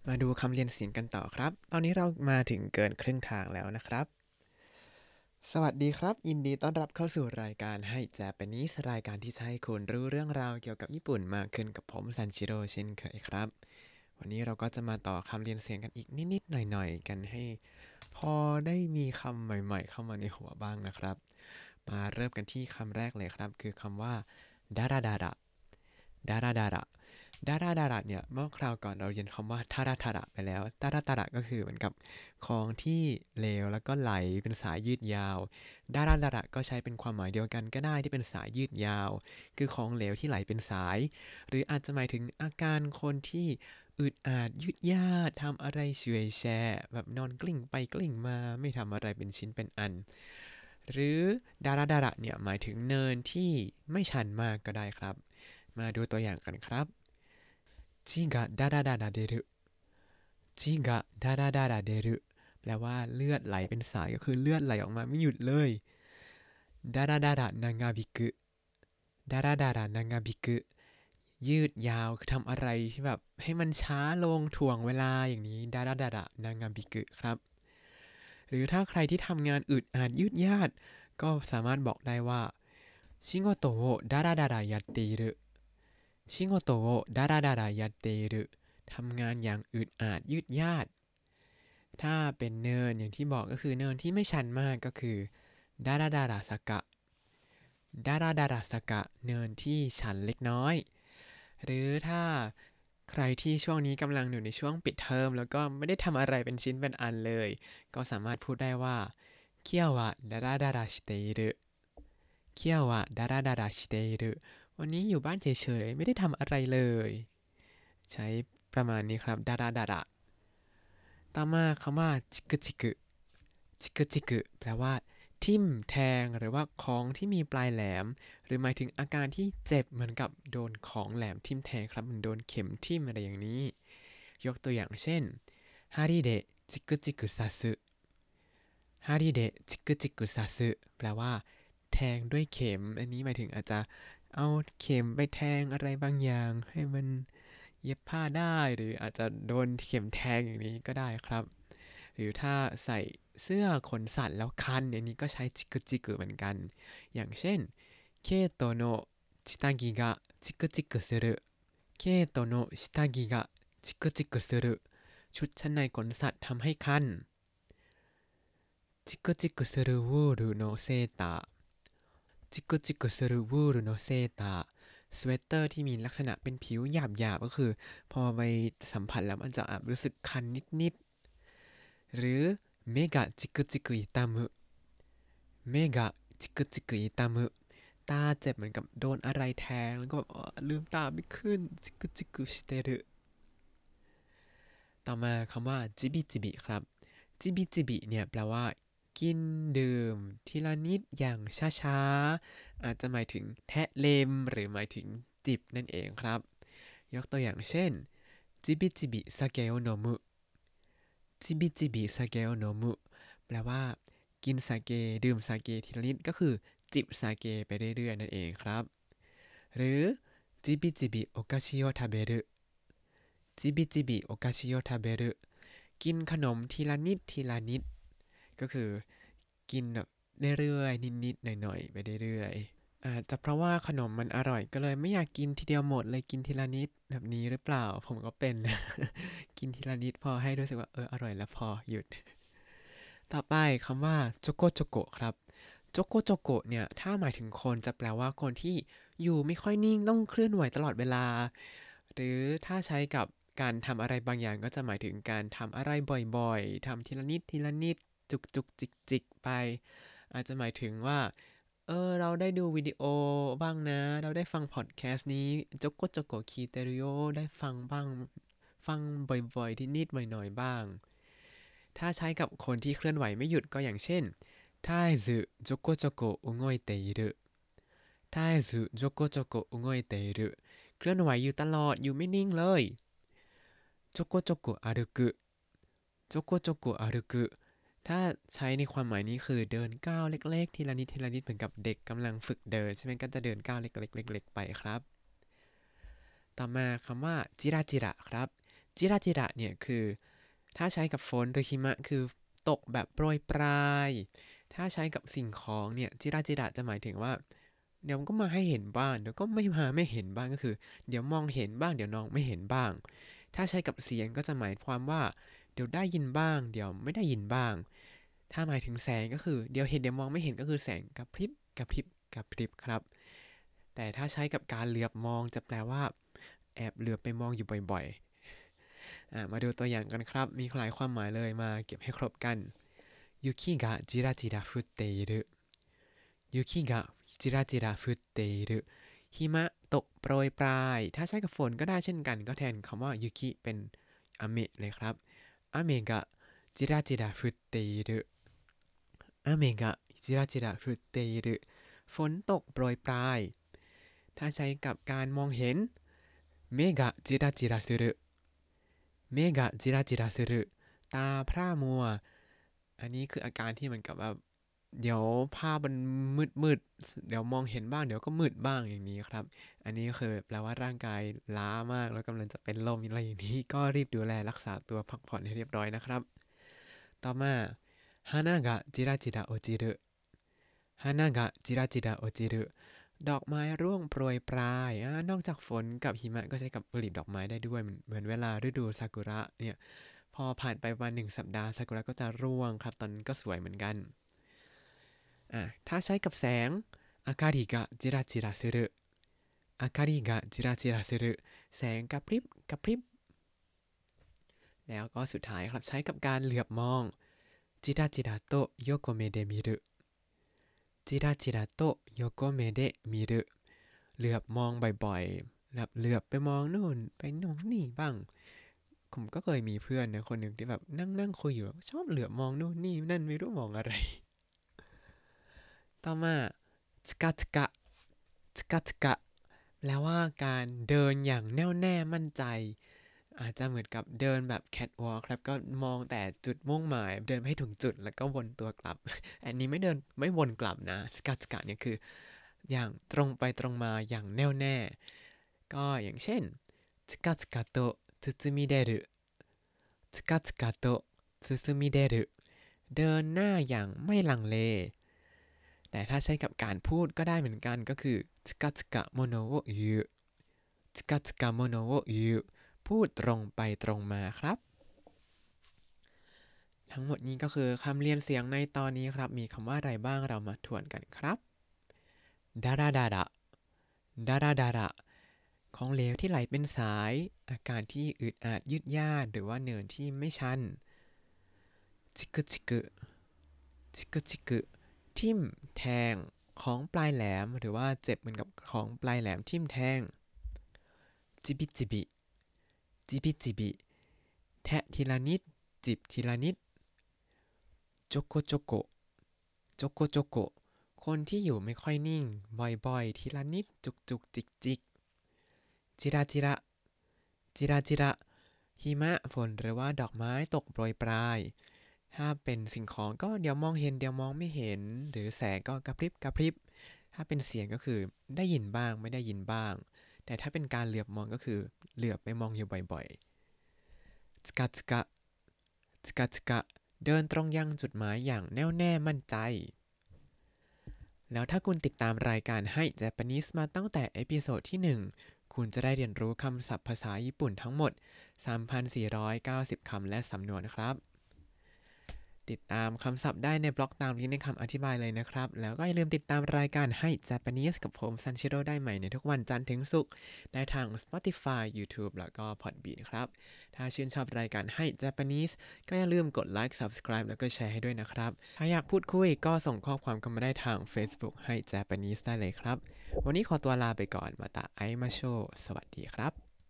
มาดูคำเรียนเสียงกันต่อครับตอนนี้เรามาถึงเกินครึ่งทางแล้วนะครับสวัสดีครับยินดีต้อนรับเข้าสู่รายการให้เจแปนิสรายการที่จะให้คุณรู้เรื่องราวเกี่ยวกับญี่ปุ่นมากขึ้นกับผมซันชิโร่เช่นเคยครับวันนี้เราก็จะมาต่อคำเรียนเสียงกันอีกนิดๆหน่อยๆกันให้พอได้มีคำใหม่ๆเข้ามาในหัวบ้างนะครับมาเริ่มกันที่คำแรกเลยครับคือคำว่าดาราดาระดาราดาระ ดาราดาระเนี่ยเมื่อคราวก่อนเราเรียนคำว่าทาราทาระไปแล้วทาราทาระก็คือเหมือนกับของที่เหลวแล้วก็ไหลเป็นสายยืดยาวดาราดาระก็ใช้เป็นความหมายเดียวกันก็ได้ที่เป็นสายยืดยาวคือของเหลวที่ไหลเป็นสายหรืออาจจะหมายถึงอาการคนที่อึดอัดยืดยาดทำอะไรเฉอยแฉะแบบนอนกลิ้งไปกลิ้งมาไม่ทำอะไรเป็นชิ้นเป็นอันหรือดาราดาระเนี่ยหมายถึงเนินที่ไม่ชันมากก็ได้ครับมาดูตัวอย่างกันครับ 血がダラダラ出る血がダラダラ出るแปลว่าเลือดไหลเป็นสายก็คือเลือดไหลออกมาไม่หยุดเลยดาราดาระนางาบิกุดาราดารานางาบิกุยืดยาวคือทำอะไรที่แบบให้มันช้าลงถ่วงเวลาอย่างนี้ดาราดารานางาบิกุครับหรือถ้าใครที่ทำงานอึดอัดยืดยาดก็สามารถบอกได้ว่า仕事をダラダラやっている仕事をダラダラやっているทำงานอย่างอึดอัดยืดยาดถ้าเป็นเนินอย่างที่บอกก็คือเนินที่ไม่ชันมากก็คือดาราดาราสกะดาราดาราสกะเนินที่ชันเล็กน้อยหรือถ้าใครที่ช่วงนี้กำลังอยู่ในช่วงปิดเทอมแล้วก็ไม่ได้ทำอะไรเป็นชิ้นเป็นอันเลยก็สามารถพูดได้ว่าเคียวะดาราดาราชิเตอิรุเคียวะดาราดาราชิเตอิรุวันนี้อยู่บ้านเฉยๆไม่ได้ทำอะไรเลยใช้ประมาณนี้ครับดาราดาระ ต่อมาคำว่าจิกจิกจิกจิกแปลว่าทิ่มแทงหรือว่าของที่มีปลายแหลมหรือหมายถึงอาการที่เจ็บเหมือนกับโดนของแหลมทิ่มแทงครับเหมือนโดนเข็มทิ่มอะไรอย่างนี้ยกตัวอย่างเช่นฮาริเดะจิกจิกซัสึฮาริเดะจิกจิกซัสึแปลว่าแทงด้วยเข็มอันนี้หมายถึงอาจจะเอาเข็มไปแทงอะไรบางอย่างให้มันเย็บผ้าได้หรืออาจจะโดนเข็มแทงอย่างนี้ก็ได้ครับ หรือถ้าใส่เสื้อขนสัตว์แล้วคันอันนี้ก็ใช้จิกจิกเหมือนกันอย่างเช่นเคโตโนะชิตากิกะจิกจิกするเคโตโนะชิตากิกะจิกจิกするชุดชั้นในขนสัตว์ทำให้คันจิกจิกするウールのセーターจิกจิกするウールのセーターสเวตเตอร์ที่มีลักษณะเป็นผิวหยาบๆก็คือพอไปสัมผัสแล้วมันจะรู้สึกคันนิดๆหรือเมกะจิกจิกอิตามุ เมกะจิกจิกอิตามุตาเจ็บเหมือนกับโดนอะไรแทงแล้วก็แบบลืมตาไม่ขึ้นจิกจิกชิเตรุต่อมาคำว่าจิบิจิบิครับจิบิจิบิเนี่ยแปลว่ากินดื่มทีละนิดอย่างช้าๆอาจจะหมายถึงแทะเลมหรือหมายถึงจิบนั่นเองครับยกตัวอย่างเช่นจิบิจิบิซาเกโอโนมุจิบิจิบิซาเกโอโนมุแปลว่ากินสาเกดื่มสาเกทีละนิดก็คือจิบสาเกไปเรื่อยๆนั่นเองครับหรือจิบิจิบิโอกาชิโอทาเบรุจิบิจิบิโอกาชิโอทาเบรุกินขนมทีละนิดทีละนิดก็คือกินแบบเรื่อยๆนิดๆหน่อยๆไปเรื่อยๆอาจจะเพราะว่าขนมมันอร่อยก็เลยไม่อยากกินทีเดียวหมดเลยกินทีละนิดแบบนี้หรือเปล่าผมก็เป็นกินทีละนิดพอให้รู้สึกว่าอร่อยแล้วพอหยุด ต่อไปคำว่าโจโกโจโกครับโจโกโจโกเนี่ยถ้าหมายถึงคนจะแปลว่าคนที่อยู่ไม่ค่อยนิ่งต้องเคลื่อนไหวตลอดเวลาหรือถ้าใช้กับการทำอะไรบางอย่างก็จะหมายถึงการทำอะไรบ่อยๆทำทีละนิดทีละนิดจุกจุกจิกจิกไปอาจจะหมายถึงว่าเราได้ดูวิดีโอบ้างนะเราได้ฟังพอดแคสต์นี้โจโกโจโกคิเตริโอได้ฟังบ้างฟังบ่อยๆที่นิดหน่อยๆบ้าง ถ้าใช้กับคนที่เคลื่อนไหวไม่หยุดก็อย่างเช่น絶えずちょこちょこ動いている絶えずちょこちょこ動いているเคลื่อนไหวอยู่ตลอดอยู่ไม่นิ่งเลยちょこちょこ歩くちょこちょこ歩くถ้าใช้ในความหมายนี้คือเดินก้าวเล็กๆทีละนิดทีละนิดเหมือนกับเด็กกำลังฝึกเดินใช่ไหมก็จะเดินก้าวเล็กๆเล็กๆไปครับต่อมาคำว่าจิระจิระครับจิราจิระเนี่ยคือถ้าใช้กับฝนหรือหิมะคือตกแบบโปรยปลายถ้าใช้กับสิ่งของเนี่ยจิราจิระจะหมายถึงว่าเดี๋ยวมันก็มาให้เห็นบ้างเดี๋ยวก็ไม่เห็นบ้างก็คือเดี๋ยวมองเห็นบ้างเดี๋ยวมองไม่เห็นบ้างถ้าใช้กับเสียงก็จะหมายความว่าเดี๋ยวได้ยินบ้างเดี๋ยวไม่ได้ยินบ้างถ้าหมายถึงแสงก็คือเดี๋ยวเห็นเดี๋ยวมองไม่เห็นก็คือแสงกระพริบกระพริบกระพริบครับแต่ถ้าใช้กับการเหลือบมองจะแปลว่าแอบเหลือบไปมองอยู่บ่อยๆมาดูตัวอย่างกันครับมีหลายความหมายเลยมาเก็บให้ครบกัน雪がじらじら降っている雪がじらじら降っているหิมะตกโปรยปลายถ้าใช้กับฝนก็ได้เช่นกันก็แทนคำว่ายุคิเป็นอเมะเลยครับอเมะがじらじら降っているอเมะがじらじら降っているฝนตกโปรยปลายถ้าใช้กับการมองเห็น目がじらじらする目がじらじらするตาพร่ามัวอันนี้คืออาการที่มันกับว่าเดี๋ยวภาพมันมืดเดี๋ยวมองเห็นบ้างเดี๋ยวก็มืดบ้างอย่างนี้ครับอันนี้คือแปลว่าร่างกายล้ามากแล้วกำลังจะเป็นลมอะไรอย่างนี้ก็รีบดูแลรักษาตัวพักผ่อนให้เรียบร้อยนะครับต่อมาฮานาがじらじら落ちるฮานาがじらじら落ちるดอกไม้ร่วงโปรยปลายนอกจากฝนกับหิมะก็ใช้กับกลีบดอกไม้ได้ด้วยเหมือนเวลาฤดูซากุระเนี่ยพอผ่านไปประมาณ1 สัปดาห์ซากุระก็จะร่วงครับตอนนั้นก็สวยเหมือนกันถ้าใช้กับแสงอาคาริกะจิราจิราสึรุอาคาริกะจิราจิราสึรุแสงกระพริบกระพริบแล้วก็สุดท้ายครับใช้กับการเหลือบมองจิราจิราโตโยโกเมเดมิรุจิราจิราโตโยโกเมเดมิรุเหลือบมองบ่อยๆแบบเหลือบไปมองนู่นไปนู่นนี่บ้างผมก็เคยมีเพื่อนนะคนหนึ่งที่แบบนั่งคุยอยู่ชอบเหลือบมองนู่นนี่นั่นไม่รู้มองอะไรต่อมาสกัสกะสกัสกะแปลว่าการเดินอย่างแน่วแน่มั่นใจอาจจะเหมือนกับเดินแบบแคทวอล์กครับก็มองแต่จุดมุ่งหมายเดินไปให้ถึงจุดแล้วก็วนตัวกลับอันนี้ไม่เดินไม่วนกลับนะสกัสกะเนี่ยคืออย่างตรงไปตรงมาอย่างแน่วแน่ก็อย่างเช่นสกัสกะโตซึซึมิเดรุสกัสกะโตซึซึมิเดรุเดินหน้าอย่างไม่ลังเลแต่ถ้าใช้กับการพูดก็ได้เหมือนกันก็คือつかつかโมโนโอยูつかつかโมโนโอยูพูดตรงไปตรงมาครับทั้งหมดนี้ก็คือคำเรียนเสียงในตอนนี้ครับมีคำว่าอะไรบ้างเรามาทวนกันครับดาราดาระดาราดาระของเหลวที่ไหลเป็นสายอาการที่อึดอัดยืดยาดหรือว่าเนินที่ไม่ชันชิกุชิกุชิกุชิกุทิ่มแทงของปลายแหลมหรือว่าเจ็บเหมือนกับของปลายแหลมทิ่มแทงจิบิจิบิจิบิจิบิแทะทีละนิดจิบทีละนิดโจโกโจโกโจโกโจโกคนที่อยู่ไม่ค่อยนิ่งบ่อยๆทีละนิดจุกจุกจิกจิกจิราจิระจิราจิระหิมะฝนหรือว่าดอกไม้ตกโปรยปลายถ้าเป็นสิ่งของก็เดี๋ยวมองเห็นเดี๋ยวมองไม่เห็นหรือแสงก็กระพริบกระพริบถ้าเป็นเสียงก็คือได้ยินบ้างไม่ได้ยินบ้างแต่ถ้าเป็นการเหลือบมองก็คือเหลือบไปมองอยู่บ่อยๆสกัสกะสกัสกะเดินตรงยังจุดหมายอย่างแน่วแน่มั่นใจแล้วถ้าคุณติดตามรายการให้ Japanese มาตั้งแต่เอพิโซดที่1คุณจะได้เรียนรู้คำศัพท์ภาษาญี่ปุ่นทั้งหมด 3,490 คำและสำนวนครับติดตามคำศัพท์ได้ในบล็อกตามลิงก์ในคำอธิบายเลยนะครับแล้วก็อย่าลืมติดตามรายการให้ Japanese กับผมซันชิโร่ได้ใหม่ในทุกวันจันทร์ถึงศุกร์ได้ทาง Spotify YouTube แล้วก็ Podbean ครับถ้าชื่นชอบรายการให้ Japanese ก็อย่าลืมกดไลค์ Subscribe แล้วก็แชร์ให้ด้วยนะครับถ้าอยากพูดคุยก็ส่งข้อความเข้ามาได้ทาง Facebook ให้ Japanese ได้เลยครับวันนี้ขอตัวลาไปก่อนมาตาไอมาโชสวัสดีครับ